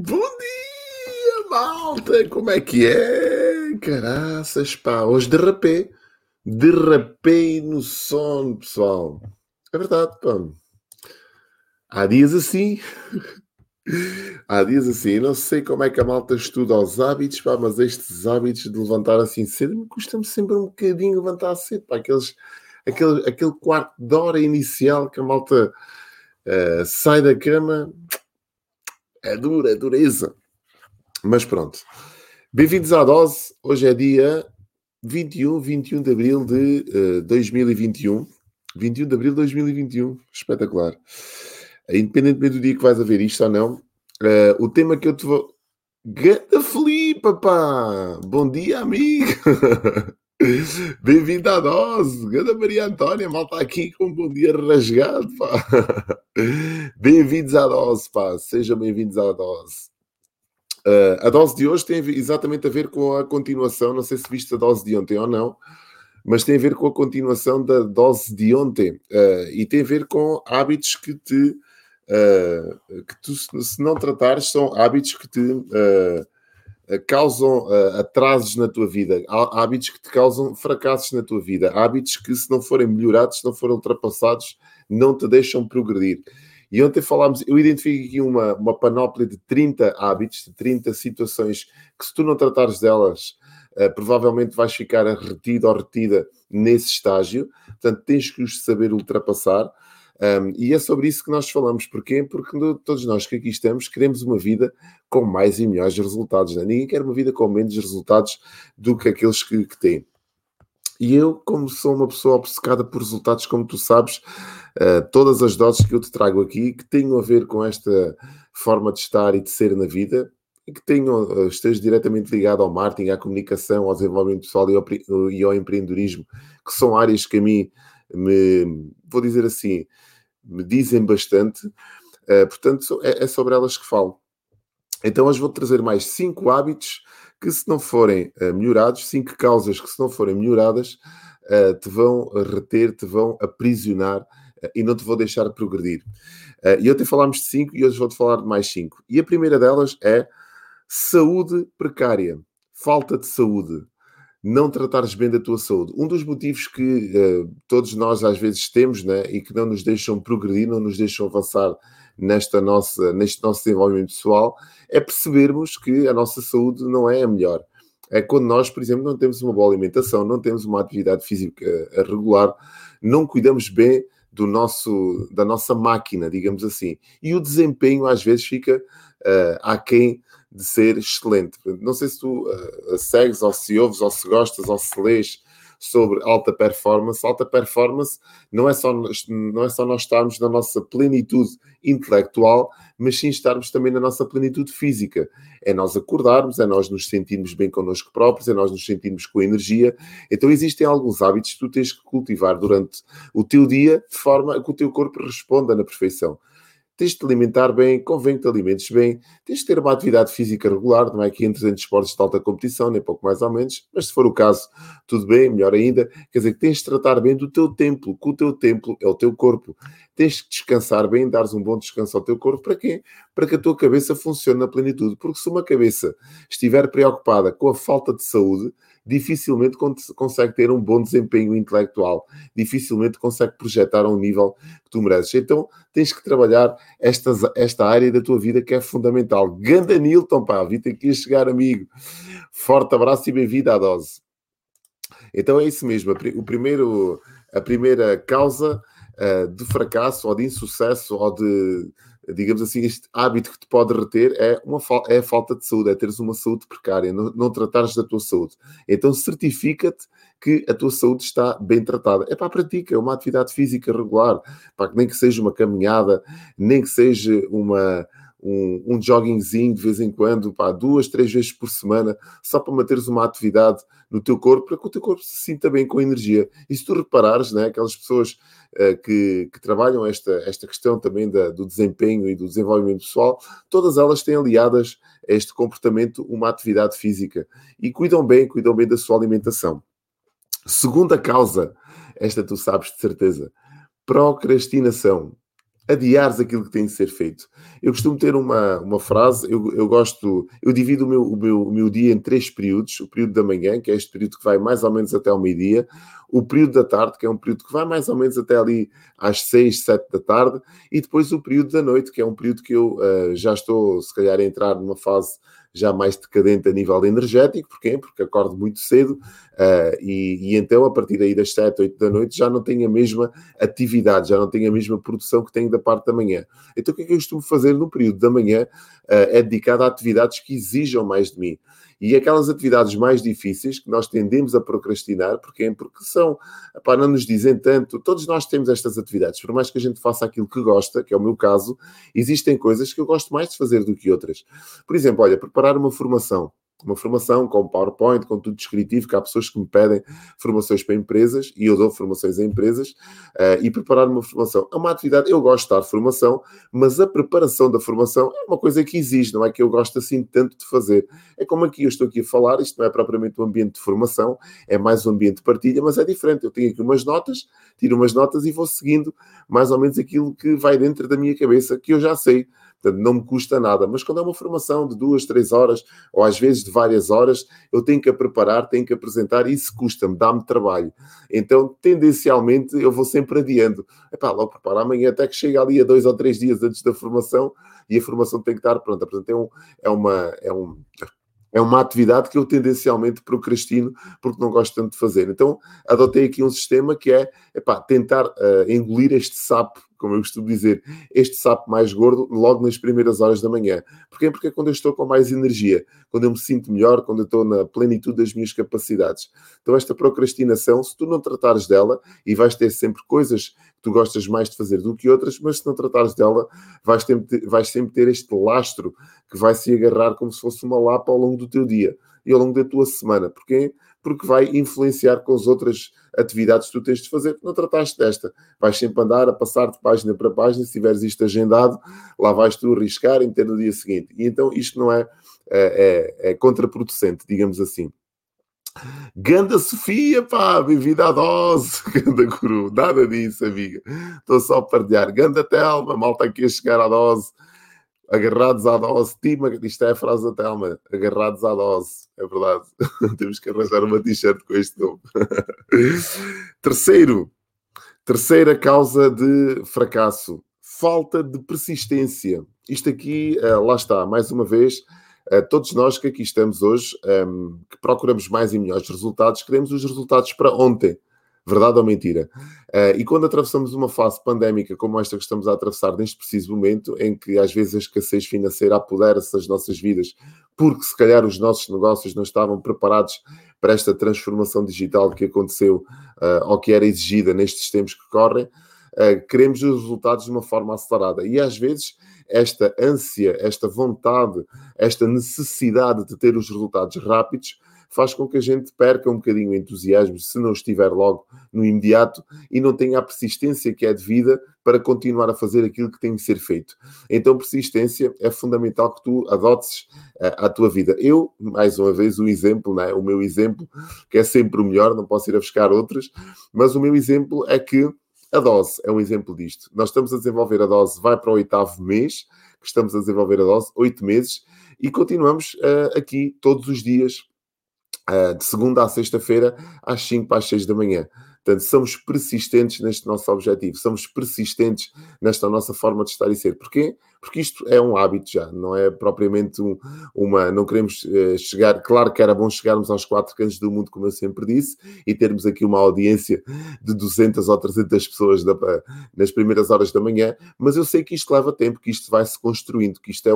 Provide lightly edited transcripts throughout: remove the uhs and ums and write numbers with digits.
Bom dia, malta! Como é que é? Caraças, pá, hoje derrapei no sono, pessoal. É verdade, pá. Há dias assim, há dias assim, não sei como é que a malta estuda os hábitos, pá, mas estes hábitos de levantar assim cedo, custa-me sempre um bocadinho levantar cedo, pá, aquele quarto de hora inicial que a malta sai da cama, é dura, é dureza. Mas pronto. Bem-vindos à dose. Hoje é dia 21 de abril de 2021. 21 de abril de 2021. Espetacular. Independentemente do dia que vais a ver isto ou não, o tema que eu te vou... Ganda Felipe, pá! Bom dia, amigo! Bem-vindo à dose! Ganda Maria Antónia, mal está aqui com um bom dia rasgado, pá! Bem-vindos à dose, pá! Sejam bem-vindos à dose. A dose de hoje tem exatamente a ver com a continuação. Não sei se viste a dose de ontem ou não, mas tem a ver com a continuação da dose de ontem e tem a ver com hábitos que tu, se não tratares, são hábitos que te causam atrasos na tua vida, hábitos que te causam fracassos na tua vida, hábitos que, se não forem melhorados, se não forem ultrapassados, não te deixam progredir. E ontem falámos, eu identifico aqui uma panóplia de 30 hábitos, de 30 situações que, se tu não tratares delas, provavelmente vais ficar retido ou retida nesse estágio. Portanto, tens que os saber ultrapassar. E é sobre isso que nós falamos. Porquê? Porque todos nós que aqui estamos queremos uma vida com mais e melhores resultados. Né? Ninguém quer uma vida com menos resultados do que aqueles que têm. E eu, como sou uma pessoa obcecada por resultados, como tu sabes, todas as doses que eu te trago aqui, que tenham a ver com esta forma de estar e de ser na vida, e que esteja diretamente ligado ao marketing, à comunicação, ao desenvolvimento pessoal e ao empreendedorismo, que são áreas que a mim vou dizer assim, me dizem bastante. Portanto, é sobre elas que falo. Então hoje vou trazer mais 5 hábitos que, se não forem melhorados, 5 causas que, se não forem melhoradas, te vão reter, te vão aprisionar e não te vou deixar progredir. E ontem falámos de 5 e hoje vou-te falar de mais 5. E a primeira delas é saúde precária, falta de saúde. Não tratares bem da tua saúde. Um dos motivos que todos nós às vezes temos, né, e que não nos deixam progredir, não nos deixam avançar neste nosso desenvolvimento pessoal, é percebermos que a nossa saúde não é a melhor. É quando nós, por exemplo, não temos uma boa alimentação, não temos uma atividade física regular, não cuidamos bem da nossa máquina, digamos assim. E o desempenho às vezes fica aquém de ser excelente. Não sei se tu segues, ou se ouves, ou se gostas, ou se lês sobre alta performance. Alta performance não é só nós estarmos na nossa plenitude intelectual, mas sim estarmos também na nossa plenitude física. É nós acordarmos, é nós nos sentirmos bem connosco próprios, é nós nos sentirmos com energia. Então existem alguns hábitos que tu tens que cultivar durante o teu dia, de forma a que o teu corpo responda na perfeição. Tens de te alimentar bem, convém que te alimentes bem, tens de ter uma atividade física regular, não é que entres em desportos de alta competição, nem pouco mais ou menos, mas se for o caso, tudo bem, melhor ainda. Quer dizer, que tens de tratar bem do teu templo, que o teu templo é o teu corpo. Tens de descansar bem, dares um bom descanso ao teu corpo. Para quê? Para que a tua cabeça funcione na plenitude. Porque se uma cabeça estiver preocupada com a falta de saúde, dificilmente consegue ter um bom desempenho intelectual, dificilmente consegue projetar a um nível que tu mereces. Então, tens que trabalhar esta área da tua vida que é fundamental. Ganda Nilton, pá, vi-te aqui a chegar, amigo. Forte abraço e bem-vindo à dose. Então é isso mesmo. A primeira causa de fracasso ou de insucesso ou de, digamos assim, este hábito que te pode reter é a falta de saúde, é teres uma saúde precária, não tratares da tua saúde. Então certifica-te que a tua saúde está bem tratada. É para a prática, uma atividade física regular, para nem que seja uma caminhada, nem que seja um joggingzinho de vez em quando, pá, 2, 3 vezes por semana, só para manteres uma atividade no teu corpo, para que o teu corpo se sinta bem com energia. E se tu reparares, né, aquelas pessoas que trabalham esta questão também do desempenho e do desenvolvimento pessoal, todas elas têm aliadas a este comportamento uma atividade física e cuidam bem da sua alimentação. Segunda causa, esta tu sabes de certeza, procrastinação. adiares aquilo que tem de ser feito. Eu costumo ter uma frase, eu divido o meu dia em 3 períodos: o período da manhã, que é este período que vai mais ou menos até ao meio-dia, o período da tarde, que é um período que vai mais ou menos até ali às 6, 7 da tarde, e depois o período da noite, que é um período que eu já estou, se calhar, a entrar numa fase já mais decadente a nível energético. Porquê? Porque acordo muito cedo, e então a partir daí das 7, 8 da noite já não tenho a mesma atividade, já não tenho a mesma produção que tenho da parte da manhã. Então o que é que eu costumo fazer no período da manhã? É dedicado a atividades que exijam mais de mim. E aquelas atividades mais difíceis que nós tendemos a procrastinar, porquê? Porque são, epá, não nos dizem tanto. Todos nós temos estas atividades, por mais que a gente faça aquilo que gosta, que é o meu caso, existem coisas que eu gosto mais de fazer do que outras. Por exemplo, olha, preparar uma formação com PowerPoint, com tudo descritivo, que há pessoas que me pedem formações para empresas, e eu dou formações a empresas, e preparar uma formação é uma atividade. Eu gosto de dar formação, mas a preparação da formação é uma coisa que exige, não é que eu gosto assim tanto de fazer. É como aqui eu estou aqui a falar, isto não é propriamente um ambiente de formação, é mais um ambiente de partilha, mas é diferente. Eu tenho aqui umas notas, tiro umas notas e vou seguindo mais ou menos aquilo que vai dentro da minha cabeça, que eu já sei. Portanto, não me custa nada. Mas quando é uma formação de 2, 3 horas, ou às vezes de várias horas, eu tenho que a preparar, tenho que apresentar, e isso custa-me, dá-me trabalho. Então, tendencialmente, eu vou sempre adiando. Epá, logo preparo amanhã, até que chega ali a 2 ou 3 dias antes da formação, e a formação tem que estar pronta. Portanto, é uma atividade que eu tendencialmente procrastino porque não gosto tanto de fazer. Então, adotei aqui um sistema que é, epá, tentar engolir este sapo, como eu costumo dizer, este sapo mais gordo, logo nas primeiras horas da manhã. Porquê? Porque é quando eu estou com mais energia, quando eu me sinto melhor, quando eu estou na plenitude das minhas capacidades. Então, esta procrastinação, se tu não tratares dela, e vais ter sempre coisas que tu gostas mais de fazer do que outras, mas se não tratares dela, vais sempre ter este lastro que vai se agarrar como se fosse uma lapa ao longo do teu dia e ao longo da tua semana. Porquê? Porque vai influenciar com as outras atividades que tu tens de fazer. Não trataste desta. Vais sempre andar a passar de página para página. Se tiveres isto agendado, lá vais tu arriscar em ter no dia seguinte. E então isto não é contraproducente, digamos assim. Ganda Sofia, pá, bem-vinda à dose. Ganda Curu, nada disso, amiga. Estou só a partilhar. Ganda Telma, malta aqui a chegar à dose. Agarrados à dose, isto é a frase da Telma, agarrados à dose, é verdade. Temos que arranjar uma t-shirt com este nome. Terceira causa de fracasso, falta de persistência. Isto aqui, lá está, mais uma vez, todos nós que aqui estamos hoje, que procuramos mais e melhores resultados, queremos os resultados para ontem. Verdade ou mentira? E quando atravessamos uma fase pandémica como esta que estamos a atravessar neste preciso momento, em que às vezes a escassez financeira apodera-se das nossas vidas, porque se calhar os nossos negócios não estavam preparados para esta transformação digital que aconteceu, ou que era exigida nestes tempos que correm, queremos os resultados de uma forma acelerada. E às vezes esta ânsia, esta vontade, esta necessidade de ter os resultados rápidos faz com que a gente perca um bocadinho o entusiasmo, se não estiver logo no imediato, e não tenha a persistência que é devida para continuar a fazer aquilo que tem de ser feito. Então, persistência é fundamental que tu adotes a tua vida. Eu, mais uma vez, o exemplo, não é? O meu exemplo, que é sempre o melhor, não posso ir a buscar outros, mas o meu exemplo é que a dose é um exemplo disto. Nós estamos a desenvolver a dose, vai para o 8º mês, que estamos a desenvolver a dose, 8 meses, e continuamos aqui todos os dias, de segunda à sexta-feira, às 5 para as 6 da manhã. Portanto, somos persistentes neste nosso objetivo, somos persistentes nesta nossa forma de estar e ser. Porquê? Porque isto é um hábito já, não é propriamente não queremos chegar. Claro que era bom chegarmos aos 4 cantos do mundo, como eu sempre disse, e termos aqui uma audiência de 200 ou 300 pessoas nas primeiras horas da manhã, mas eu sei que isto leva tempo, que isto vai se construindo, que isto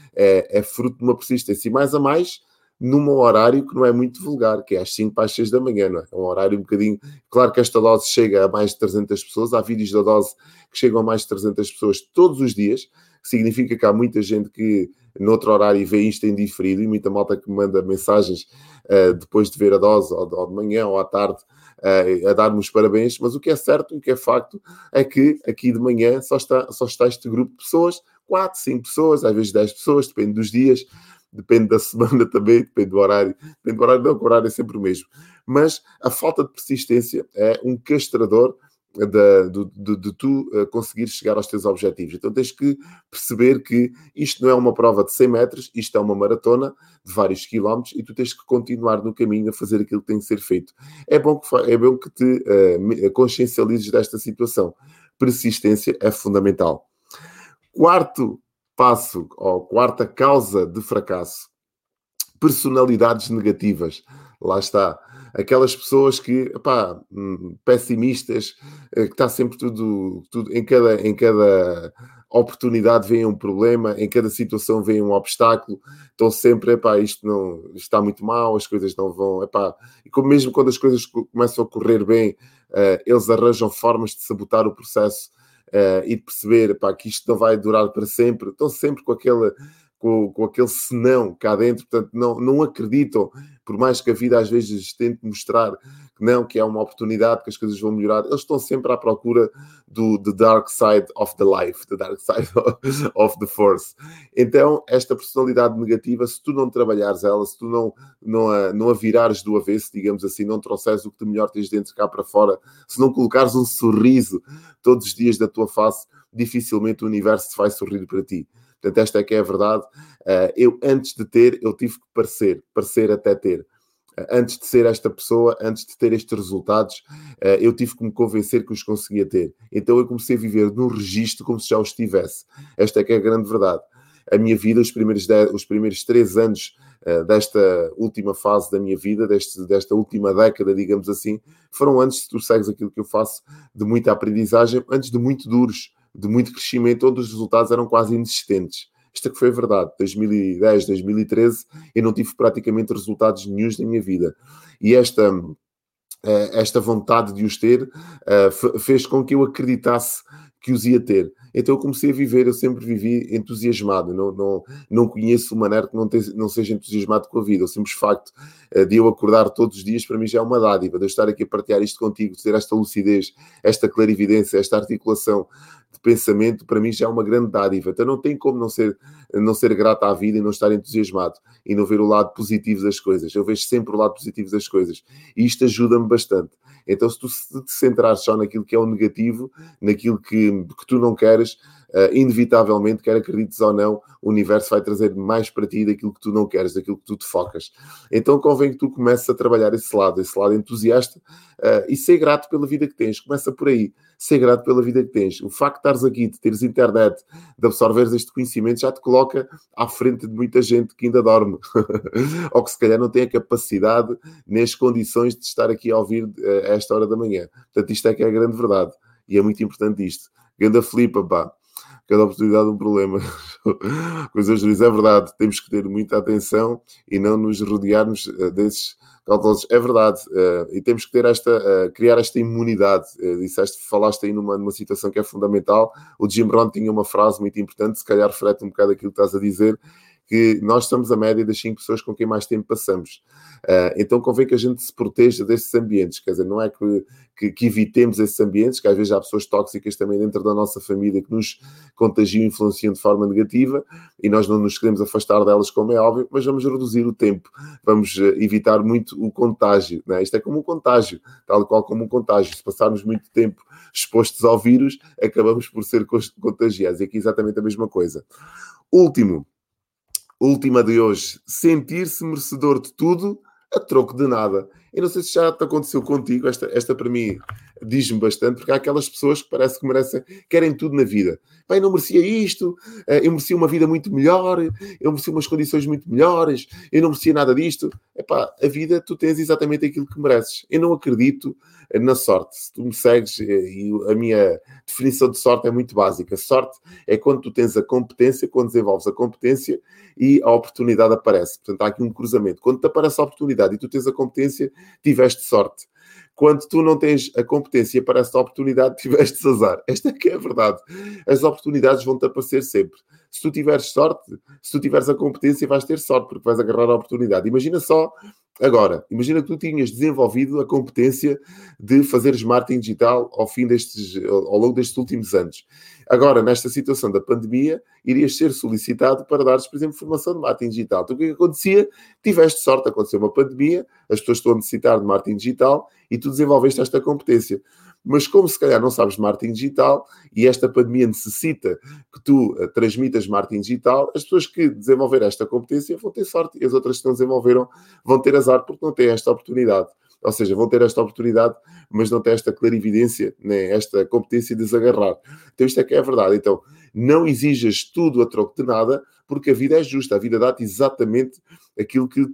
é fruto de uma persistência. E mais a mais, num horário que não é muito vulgar, que é às 5 para as 6 da manhã, não é? É um horário um bocadinho... Claro que esta dose chega a mais de 300 pessoas, há vídeos da dose que chegam a mais de 300 pessoas todos os dias, que significa que há muita gente que noutro horário vê isto em diferido, e muita malta que me manda mensagens depois de ver a dose, ou de manhã ou à tarde, a dar-me os parabéns. Mas o que é certo, o que é facto, é que aqui de manhã só está este grupo de pessoas, 4, 5 pessoas, às vezes 10 pessoas, depende dos dias, depende da semana também, depende do horário. Depende do horário, não, que o horário é sempre o mesmo. Mas a falta de persistência é um castrador de tu conseguir chegar aos teus objetivos. Então tens que perceber que isto não é uma prova de 100 metros, isto é uma maratona de vários quilómetros e tu tens que continuar no caminho a fazer aquilo que tem que ser feito. É bom que te consciencializes desta situação. Persistência é fundamental. Quarto passo, ou quarta causa de fracasso: personalidades negativas. Lá está. Aquelas pessoas que, pessimistas, que está sempre tudo em cada oportunidade vem um problema, em cada situação vem um obstáculo, estão sempre, isto não está muito mal, as coisas não vão, e como mesmo quando as coisas começam a correr bem, eles arranjam formas de sabotar o processo e de perceber, que isto não vai durar para sempre, estão sempre com aquele senão cá dentro, portanto não acreditam, por mais que a vida às vezes tente mostrar que não, que é uma oportunidade, que as coisas vão melhorar, eles estão sempre à procura do the dark side of the life, the dark side of the force. Então, esta personalidade negativa, se tu não trabalhares ela, se tu não a virares do avesso, digamos assim, não trouxeres o que de melhor tens dentro cá para fora, se não colocares um sorriso todos os dias da tua face, dificilmente o universo te vai sorrir para ti. Portanto, esta é que é a verdade. Eu, antes de ter, eu tive que parecer até ter. Antes de ser esta pessoa, antes de ter estes resultados, eu tive que me convencer que os conseguia ter. Então eu comecei a viver num registro como se já os tivesse. Esta é que é a grande verdade. A minha vida, os primeiros 3 anos desta última fase da minha vida, desta última década, digamos assim, foram anos, se tu segues aquilo que eu faço, de muita aprendizagem, anos de muito duros, de muito crescimento, onde os resultados eram quase inexistentes. Isto é que foi a verdade. 2010, 2013, eu não tive praticamente resultados nenhuns na minha vida. E esta vontade de os ter fez com que eu acreditasse que os ia ter. Então eu comecei a viver, eu sempre vivi entusiasmado, não conheço uma maneira que não seja entusiasmado com a vida. O simples facto de eu acordar todos os dias, para mim já é uma dádiva, de eu estar aqui a partilhar isto contigo, de ter esta lucidez, esta clarividência, esta articulação de pensamento, para mim já é uma grande dádiva. Então não tem como não ser grato à vida e não estar entusiasmado e não ver o lado positivo das coisas. Eu vejo sempre o lado positivo das coisas e isto ajuda-me bastante. Então, se tu te centrares só naquilo que é o negativo, naquilo que tu não queres, inevitavelmente, quer acredites ou não, o universo vai trazer mais para ti daquilo que tu não queres, daquilo que tu te focas. Então, convém que tu comeces a trabalhar esse lado entusiasta, e ser grato pela vida que tens. Começa por aí. Ser grato pela vida que tens. O facto de estares aqui, de teres internet, de absorveres este conhecimento, já te coloca à frente de muita gente que ainda dorme. Ou que se calhar não tem a capacidade, nem as condições de estar aqui a ouvir a esta hora da manhã. Portanto, isto é que é a grande verdade. E é muito importante isto. Ganda flipa, pá. Cada oportunidade um problema. Coisas diz, é verdade. Temos que ter muita atenção e não nos rodearmos desses cautelosos. É verdade. E temos que ter criar esta imunidade. Falaste aí numa situação que é fundamental. O Jim Rohn tinha uma frase muito importante, se calhar reflete um bocado aquilo que estás a dizer, que nós somos a média das 5 pessoas com quem mais tempo passamos. Então convém que a gente se proteja destes ambientes, quer dizer, não é que evitemos esses ambientes, que às vezes há pessoas tóxicas também dentro da nossa família que nos contagiam e influenciam de forma negativa e nós não nos queremos afastar delas, como é óbvio, mas vamos reduzir o tempo, vamos evitar muito o contágio, não é? Isto é como um contágio, tal qual como um contágio. Se passarmos muito tempo expostos ao vírus, acabamos por ser contagiados. E aqui exatamente a mesma coisa. Última de hoje, sentir-se merecedor de tudo a troco de nada. Eu não sei se já te aconteceu contigo, esta para mim diz-me bastante, porque há aquelas pessoas que parece que querem tudo na vida. Bem, não merecia isto, eu merecia uma vida muito melhor, eu merecia umas condições muito melhores, eu não merecia nada disto. A vida, tu tens exatamente aquilo que mereces. Eu não acredito na sorte. Se tu me segues, e a minha definição de sorte é muito básica. Sorte é quando tu tens a competência, quando desenvolves a competência e a oportunidade aparece. Portanto, há aqui um cruzamento. Quando te aparece a oportunidade e tu tens a competência, tiveste sorte. Quando tu não tens a competência e aparece a oportunidade, tiveste azar. Esta é que é a verdade. As oportunidades vão-te aparecer sempre. Se tu tiveres sorte, se tu tiveres a competência, vais ter sorte, porque vais agarrar a oportunidade. Imagina só, agora, imagina que tu tinhas desenvolvido a competência de fazeres marketing digital ao longo destes últimos anos. Agora, nesta situação da pandemia, irias ser solicitado para dares, por exemplo, formação de marketing digital. Então, o que acontecia? Tiveste sorte, aconteceu uma pandemia, as pessoas estão a necessitar de marketing digital e tu desenvolveste esta competência. Mas como se calhar não sabes marketing digital e esta pandemia necessita que tu transmitas marketing digital, as pessoas que desenvolveram esta competência vão ter sorte e as outras que não desenvolveram vão ter azar porque não têm esta oportunidade. Ou seja, vão ter esta oportunidade, mas não têm esta clarividência, nem esta competência de desagarrar. Então isto é que é a verdade. Então, não exijas tudo a troco de nada, porque a vida é justa. A vida dá-te exatamente aquilo que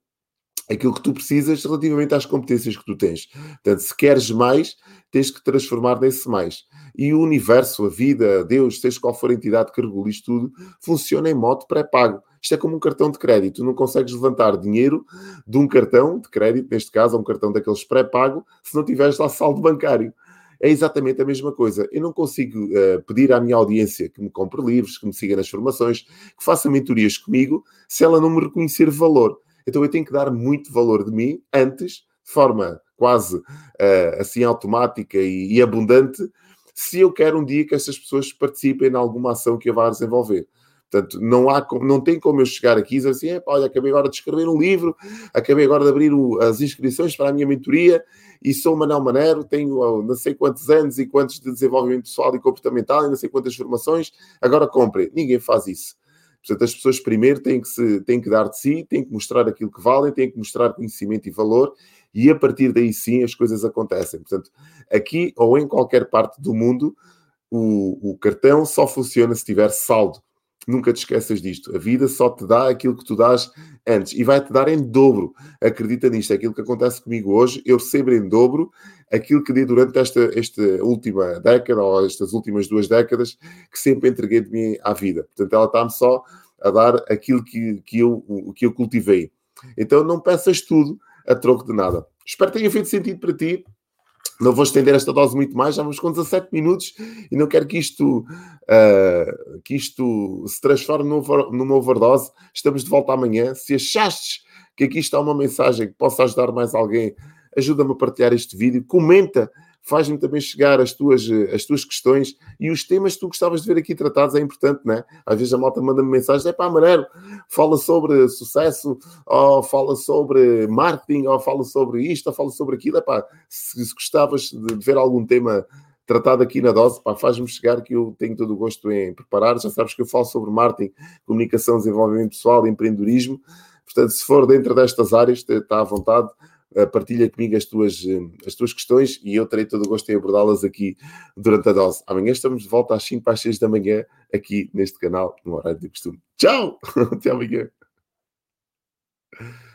tu precisas relativamente às competências que tu tens. Portanto, se queres mais, tens que transformar nesse mais. E o universo, a vida, Deus, seja qual for a entidade que regula isto tudo, funciona em modo pré-pago. Isto é como um cartão de crédito. Tu não consegues levantar dinheiro de um cartão de crédito, neste caso, um cartão daqueles pré-pago, se não tiveres lá saldo bancário. É exatamente a mesma coisa. Eu não consigo pedir à minha audiência que me compre livros, que me siga nas formações, que faça mentorias comigo, se ela não me reconhecer valor. Então eu tenho que dar muito valor de mim antes, de forma quase assim automática e abundante, se eu quero um dia que essas pessoas participem em alguma ação que eu vá desenvolver. Portanto, não tem como eu chegar aqui e dizer assim, olha, acabei agora de escrever um livro, acabei agora de abrir as inscrições para a minha mentoria e sou Manel Manero, tenho não sei quantos anos e quantos de desenvolvimento pessoal e comportamental e não sei quantas formações, agora comprem. Ninguém faz isso. Portanto, as pessoas primeiro têm que dar de si, têm que mostrar aquilo que valem, têm que mostrar conhecimento e valor e a partir daí sim as coisas acontecem. Portanto, aqui ou em qualquer parte do mundo, o cartão só funciona se tiver saldo. Nunca te esqueças disto. A vida só te dá aquilo que tu dás antes e vai-te dar em dobro. Acredita nisto. É aquilo que acontece comigo hoje. Eu recebo em dobro aquilo que dei durante esta última década ou estas últimas 2 décadas que sempre entreguei de mim à vida. Portanto, ela está-me só a dar aquilo que eu cultivei. Então, não peças tudo a troco de nada. Espero que tenha feito sentido para ti. Não vou estender esta dose muito mais, já vamos com 17 minutos e não quero que isto se transforme numa overdose. Estamos de volta amanhã. Se achastes que aqui está uma mensagem que possa ajudar mais alguém, ajuda-me a partilhar este vídeo, comenta, faz-me também chegar as tuas questões e os temas que tu gostavas de ver aqui tratados. É importante, não é? Às vezes a malta manda-me mensagens, Manero, fala sobre sucesso, ou fala sobre marketing, ou fala sobre isto, ou fala sobre aquilo. Se gostavas de ver algum tema tratado aqui na dose, faz-me chegar que eu tenho todo o gosto em preparar. Já sabes que eu falo sobre marketing, comunicação, desenvolvimento pessoal, empreendedorismo. Portanto, se for dentro destas áreas, está à vontade. Partilha comigo as tuas questões e eu terei todo o gosto em abordá-las aqui durante a dose. Amanhã estamos de volta às 5 para as 6 da manhã aqui neste canal, no horário de costume. Tchau! Até amanhã.